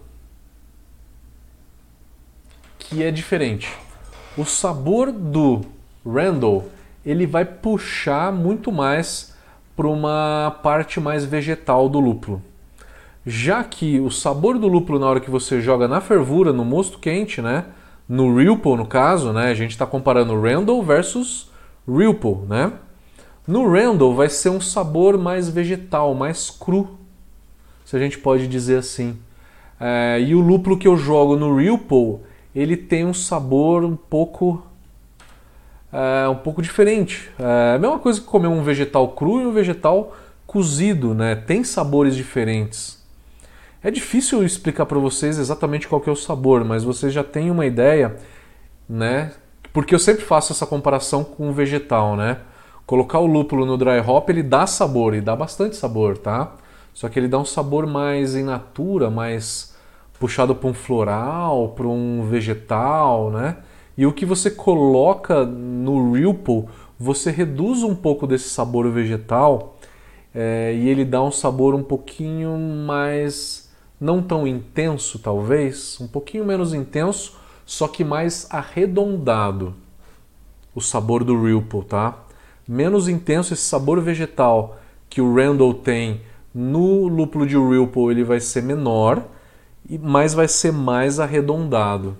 que é diferente. O sabor do Randall, ele vai puxar muito mais para uma parte mais vegetal do lúpulo. Já que o sabor do lúpulo na hora que você joga na fervura, no mosto quente, né, no Ripple no caso, né, a gente está comparando Randall versus Ripple, né? No Randall vai ser um sabor mais vegetal, mais cru, se a gente pode dizer assim. É, e o lúpulo que eu jogo no Ripple, ele tem um sabor um pouco é, um pouco diferente. É a mesma coisa que comer um vegetal cru e um vegetal cozido, né? Tem sabores diferentes. É difícil explicar para vocês exatamente qual que é o sabor, mas vocês já têm uma ideia, né? Porque eu sempre faço essa comparação com o vegetal, né? Colocar o lúpulo no dry hop, ele dá sabor, e dá bastante sabor, tá? Só que ele dá um sabor mais in natura, mais puxado para um floral, para um vegetal, né? E o que você coloca no Ripple, você reduz um pouco desse sabor vegetal é, e ele dá um sabor um pouquinho mais, não tão intenso talvez, um pouquinho menos intenso, só que mais arredondado o sabor do Ripple, tá? Menos intenso esse sabor vegetal que o Randall tem no lúpulo de Ripple, ele vai ser menor, mas vai ser mais arredondado.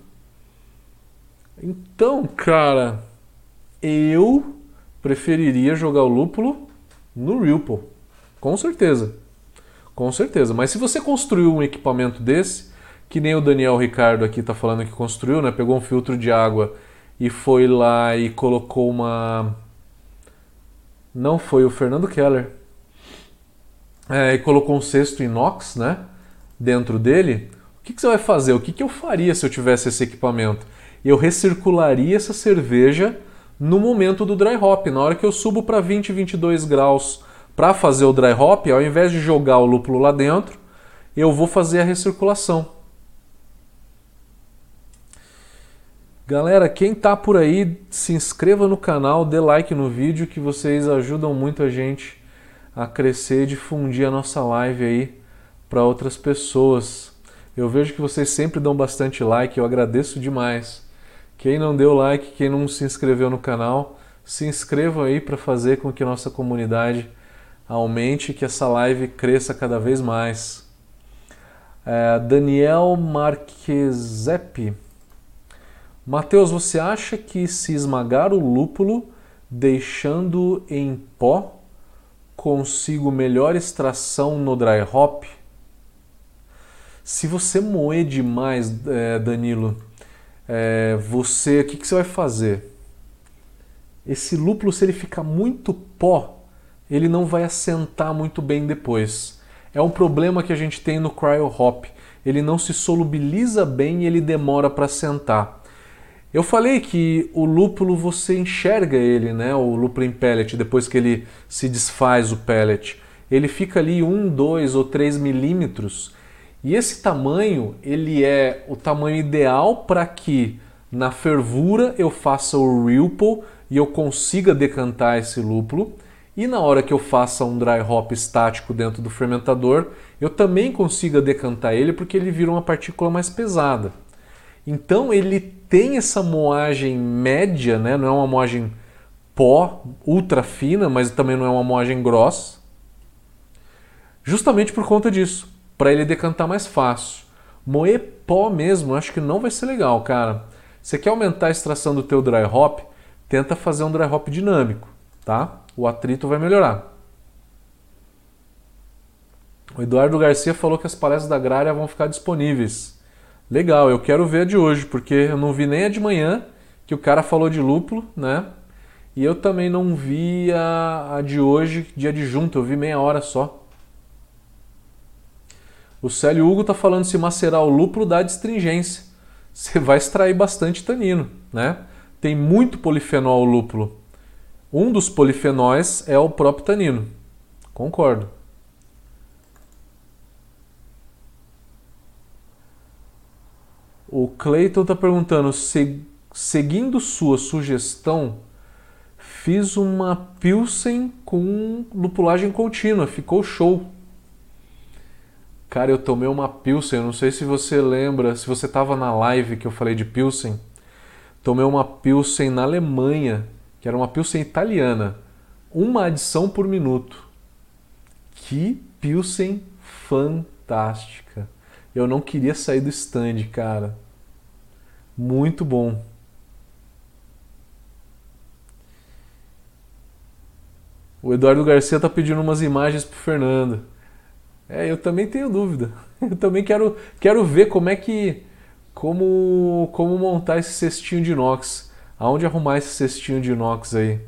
Então, cara, eu preferiria jogar o lúpulo no Ripple, com certeza, com certeza. Mas se você construiu um equipamento desse, que nem o Daniel Ricardo aqui está falando que construiu, né? Pegou um filtro de água e foi lá e colocou uma... Não foi o Fernando Keller. É, e colocou um cesto inox, né? Dentro dele. O que, que você vai fazer? O que, que eu faria se eu tivesse esse equipamento? Eu recircularia essa cerveja no momento do dry hop. Na hora que eu subo para vinte, vinte e dois graus para fazer o dry hop, ao invés de jogar o lúpulo lá dentro, eu vou fazer a recirculação. Galera, quem tá por aí, se inscreva no canal, dê like no vídeo, que vocês ajudam muito a gente a crescer e difundir a nossa live aí para outras pessoas. Eu vejo que vocês sempre dão bastante like, eu agradeço demais. Quem não deu like, quem não se inscreveu no canal, se inscrevam aí para fazer com que a nossa comunidade aumente e que essa live cresça cada vez mais. É, Daniel Marquesepe. Matheus, você acha que se esmagar o lúpulo deixando em pó, consigo melhor extração no dry hop? Se você moer demais, é, Danilo, é, você, o que, que você vai fazer? Esse lúpulo, se ele ficar muito pó, ele não vai assentar muito bem depois. É um problema que a gente tem no cryo hop. Ele não se solubiliza bem e ele demora para assentar. Eu falei que o lúpulo você enxerga ele, né? O lúpulo em pellet, depois que ele se desfaz o pellet. Ele fica ali um, dois ou três milímetros. E esse tamanho, ele é o tamanho ideal para que na fervura eu faça o Ripple e eu consiga decantar esse lúpulo. E na hora que eu faça um dry hop estático dentro do fermentador, eu também consiga decantar ele porque ele vira uma partícula mais pesada. Então ele tem essa moagem média, né? Não é uma moagem pó ultra fina, mas também não é uma moagem grossa. Justamente por conta disso, para ele decantar mais fácil. Moer pó mesmo, acho que não vai ser legal, cara. Você quer aumentar a extração do teu dry hop? Tenta fazer um dry hop dinâmico, tá? O atrito vai melhorar. O Eduardo Garcia falou que as palestras da Agrária vão ficar disponíveis. Legal, eu quero ver a de hoje, porque eu não vi nem a de manhã, que o cara falou de lúpulo, né? E eu também não vi a, a de hoje, dia de junto, eu vi meia hora só. O Célio Hugo tá falando se macerar o lúpulo dá astringência. Você vai extrair bastante tanino, né? Tem muito polifenol o lúpulo. Um dos polifenóis é o próprio tanino. Concordo. O Cleiton está perguntando, se, seguindo sua sugestão, fiz uma Pilsen com lupulagem contínua, ficou show. Cara, eu tomei uma Pilsen, eu não sei se você lembra, se você estava na live que eu falei de Pilsen, tomei uma Pilsen na Alemanha, que era uma Pilsen italiana. Uma adição por minuto. Que Pilsen fantástica. Eu não queria sair do stand, cara. Muito bom. O Eduardo Garcia tá pedindo umas imagens pro Fernando. É, eu também tenho dúvida. Eu também quero, quero ver como é que... Como, como montar esse cestinho de inox. Aonde arrumar esse cestinho de inox aí?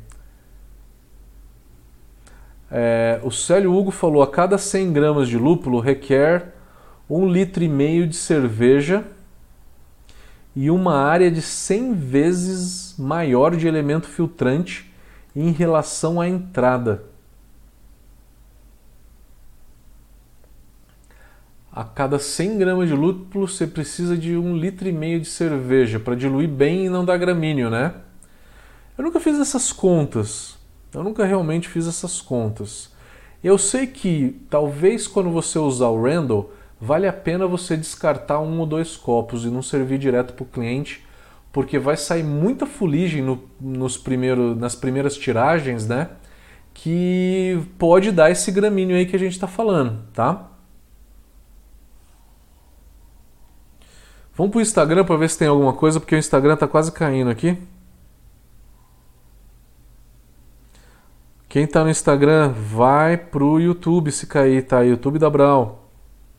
É, o Célio Hugo falou, a cada cem gramas de lúpulo requer um litro e meio de cerveja e uma área de cem vezes maior de elemento filtrante em relação à entrada. A cada cem gramas de lúpulo você precisa de um litro e meio de cerveja para diluir bem e não dar gramíneo, né? Eu nunca fiz essas contas. Eu nunca realmente fiz essas contas. Eu sei que talvez quando você usar o Randall, vale a pena você descartar um ou dois copos e não servir direto para o cliente, porque vai sair muita fuligem no, nos primeiros, nas primeiras tiragens, né? Que pode dar esse gramíneo aí que a gente está falando, tá? Vamos pro Instagram para ver se tem alguma coisa, porque o Instagram tá quase caindo aqui. Quem tá no Instagram, vai pro YouTube se cair, tá? YouTube da Brau.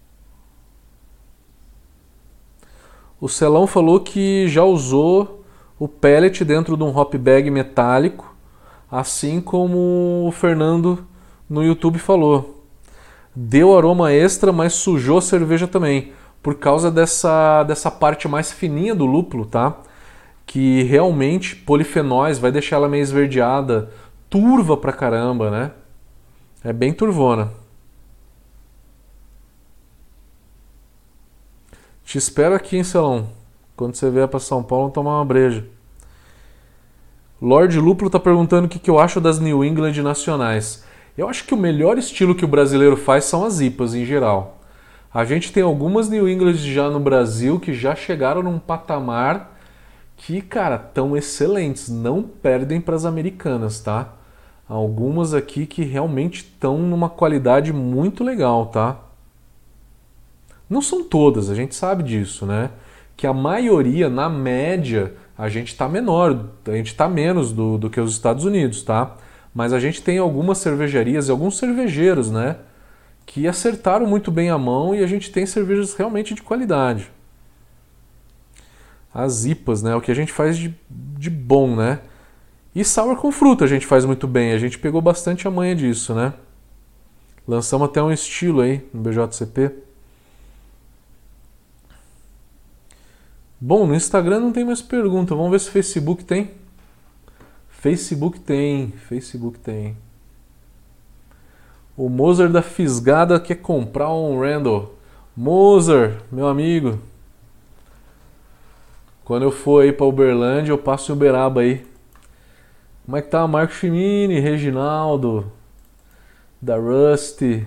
O Celão falou que já usou o pellet dentro de um hop bag metálico, assim como o Fernando no YouTube falou. Deu aroma extra, mas sujou a cerveja também, por causa dessa, dessa parte mais fininha do lúpulo, tá? Que realmente polifenóis vai deixar ela meio esverdeada, turva pra caramba, né? É bem turvona. Te espero aqui, hein, Celão? Quando você vier pra São Paulo, vamos tomar uma breja. Lorde Lúpulo tá perguntando o que, que eu acho das New England nacionais. Eu acho que o melhor estilo que o brasileiro faz são as I P As em geral. A gente tem algumas New England já no Brasil que já chegaram num patamar que, cara, tão excelentes. Não perdem para as americanas, tá? Algumas aqui que realmente estão numa qualidade muito legal, tá? Não são todas, a gente sabe disso, né? Que a maioria, na média, a gente tá menor, a gente tá menos do, do que os Estados Unidos, tá? Mas a gente tem algumas cervejarias e alguns cervejeiros, né? Que acertaram muito bem a mão e a gente tem cervejas realmente de qualidade. As I P As, né? O que a gente faz de, de bom, né? E sour com fruta a gente faz muito bem. A gente pegou bastante a manha disso, né? Lançamos até um estilo aí no B J C P. Bom, no Instagram não tem mais pergunta. Vamos ver se o Facebook tem. Facebook tem. Facebook tem. O Moser da Fisgada quer comprar um Randall. Moser, meu amigo. Quando eu for aí pra Uberlândia, eu passo em Uberaba aí. Como é que tá Marco Chimini, Reginaldo, da Rusty?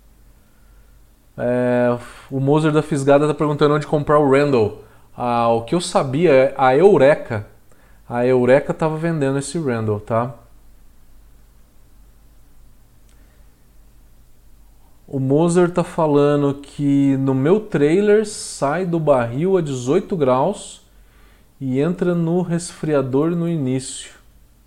É, o Moser da Fisgada tá perguntando onde comprar o Randall. Ah, o que eu sabia é a Eureka. A Eureka tava vendendo esse Randall, tá? O Moser tá falando que no meu trailer sai do barril a dezoito graus e entra no resfriador no início.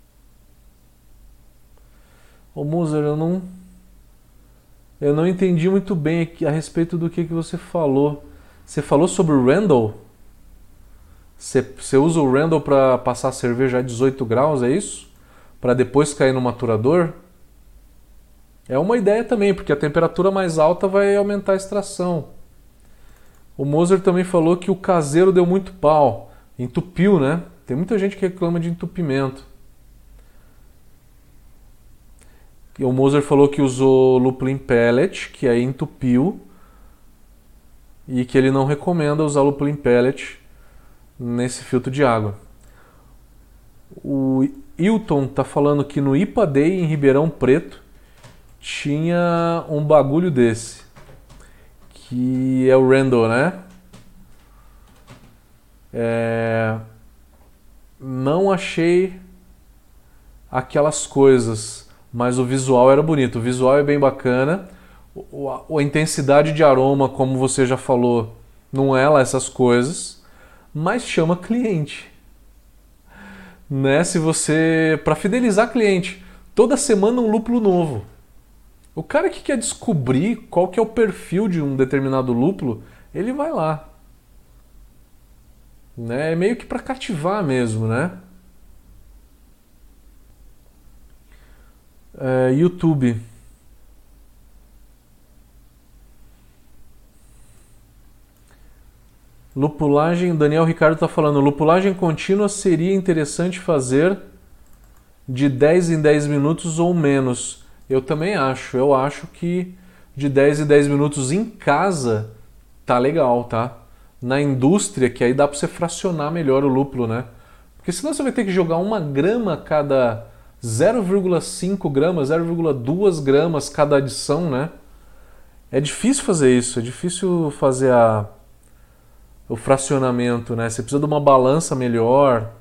Ô Moser, eu não eu não entendi muito bem aqui a respeito do que, que você falou. Você falou sobre o Randall? Você, você usa o Randall para passar a cerveja a dezoito graus, é isso? Para depois cair no maturador? É uma ideia também, porque a temperatura mais alta vai aumentar a extração. O Moser também falou que o caseiro deu muito pau. Entupiu, né? Tem muita gente que reclama de entupimento. E o Moser falou que usou lúpulo em pellet, que aí entupiu. E que ele não recomenda usar lúpulo em pellet nesse filtro de água. O Hilton tá falando que no I P A Day em Ribeirão Preto tinha um bagulho desse, que é o Randall, né? É... Não achei aquelas coisas, mas o visual era bonito. O visual é bem bacana, o, a, a intensidade de aroma, como você já falou, não é lá essas coisas, mas chama cliente. Né? Se você, para fidelizar cliente, toda semana um lúpulo novo. O cara que quer descobrir qual que é o perfil de um determinado lúpulo, ele vai lá. Né? É meio que para cativar mesmo, né? É, YouTube. Lupulagem, Daniel Ricardo está falando, lupulagem contínua seria interessante fazer de dez em dez minutos ou menos. Eu também acho, eu acho que de dez em dez minutos em casa tá legal, tá? Na indústria, que aí dá para você fracionar melhor o lúpulo, né? Porque senão você vai ter que jogar uma grama a cada zero vírgula cinco gramas, zero vírgula dois gramas cada adição, né? É difícil fazer isso, é difícil fazer a, o fracionamento, né? Você precisa de uma balança melhor.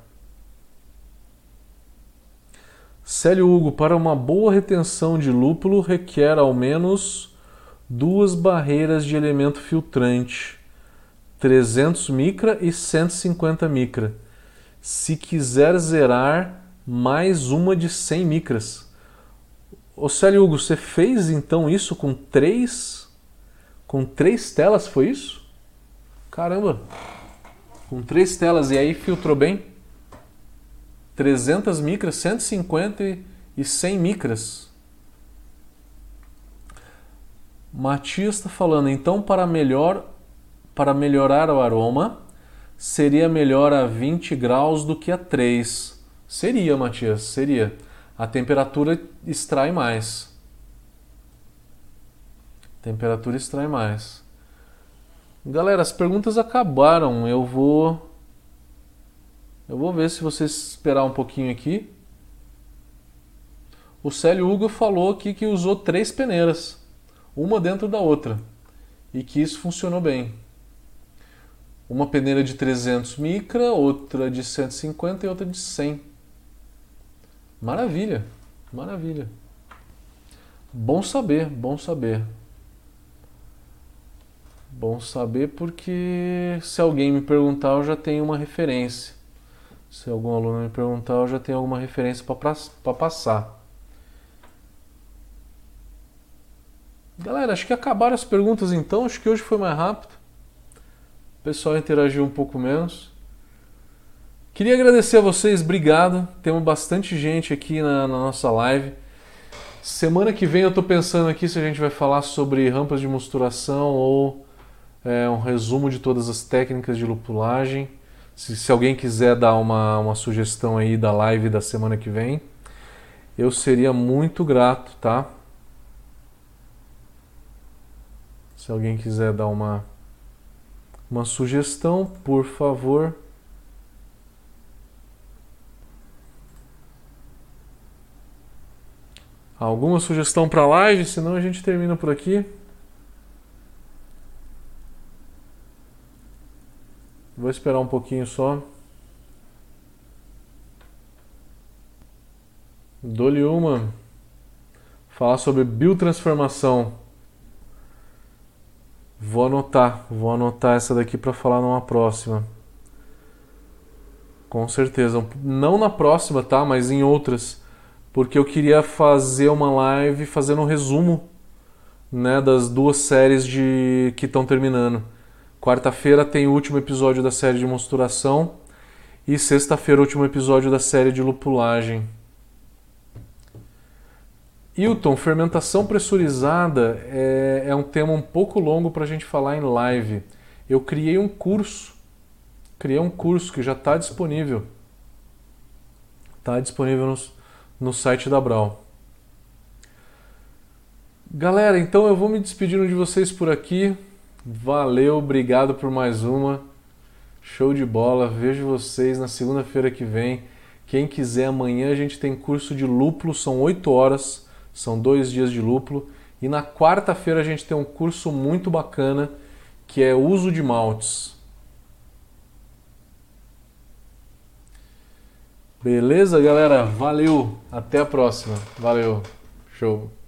Célio Hugo, para uma boa retenção de lúpulo requer ao menos duas barreiras de elemento filtrante, trezentos micra e cento e cinquenta micra. Se quiser zerar, mais uma de cem micras. Ô Célio Hugo, você fez então isso com três, com três telas, foi isso? Caramba! Com três telas e aí filtrou bem? trezentas micras, cento e cinquenta e cem micras. Matias está falando, então para, melhor, para melhorar o aroma, seria melhor a vinte graus do que a três. Seria, Matias, seria. A temperatura extrai mais. A temperatura extrai mais. Galera, as perguntas acabaram. Eu vou... Eu vou ver se vocês esperar um pouquinho aqui. O Célio Hugo falou aqui que usou três peneiras, uma dentro da outra, e que isso funcionou bem. Uma peneira de trezentos micra, outra de cento e cinquenta e outra de cem. Maravilha, maravilha. Bom saber, bom saber. Bom saber porque se alguém me perguntar eu já tenho uma referência. Se algum aluno me perguntar, eu já tenho alguma referência para passar. Galera, acho que acabaram as perguntas então. Acho que hoje foi mais rápido. O pessoal interagiu um pouco menos. Queria agradecer a vocês, obrigado. Temos bastante gente aqui na, na nossa live. Semana que vem eu estou pensando aqui se a gente vai falar sobre rampas de mosturação ou é, um resumo de todas as técnicas de lupulagem. Se, se alguém quiser dar uma, uma sugestão aí da live da semana que vem, eu seria muito grato, tá? Se alguém quiser dar uma, uma sugestão, por favor. Alguma sugestão para a live? Senão a gente termina por aqui. Vou esperar um pouquinho só. Dou-lhe uma. Falar sobre biotransformação. Vou anotar. Vou anotar essa daqui para falar numa próxima. Com certeza. Não na próxima, tá? Mas em outras. Porque eu queria fazer uma live fazendo um resumo, né, das duas séries de que estão terminando. Quarta-feira tem o último episódio da série de mosturação e sexta-feira o último episódio da série de lupulagem. Hilton, fermentação pressurizada é, é um tema um pouco longo para a gente falar em live. Eu criei um curso, criei um curso que já está disponível. Está disponível no, no site da Brau. Galera, então eu vou me despedindo de vocês por aqui. Valeu, obrigado por mais uma. Show de bola. Vejo vocês na segunda-feira que vem. Quem quiser, amanhã a gente tem curso de lúpulo, são oito horas, são dois dias de lúpulo. E na quarta-feira a gente tem um curso muito bacana, que é uso de maltes. Beleza, galera? Valeu. Até a próxima. Valeu. Show.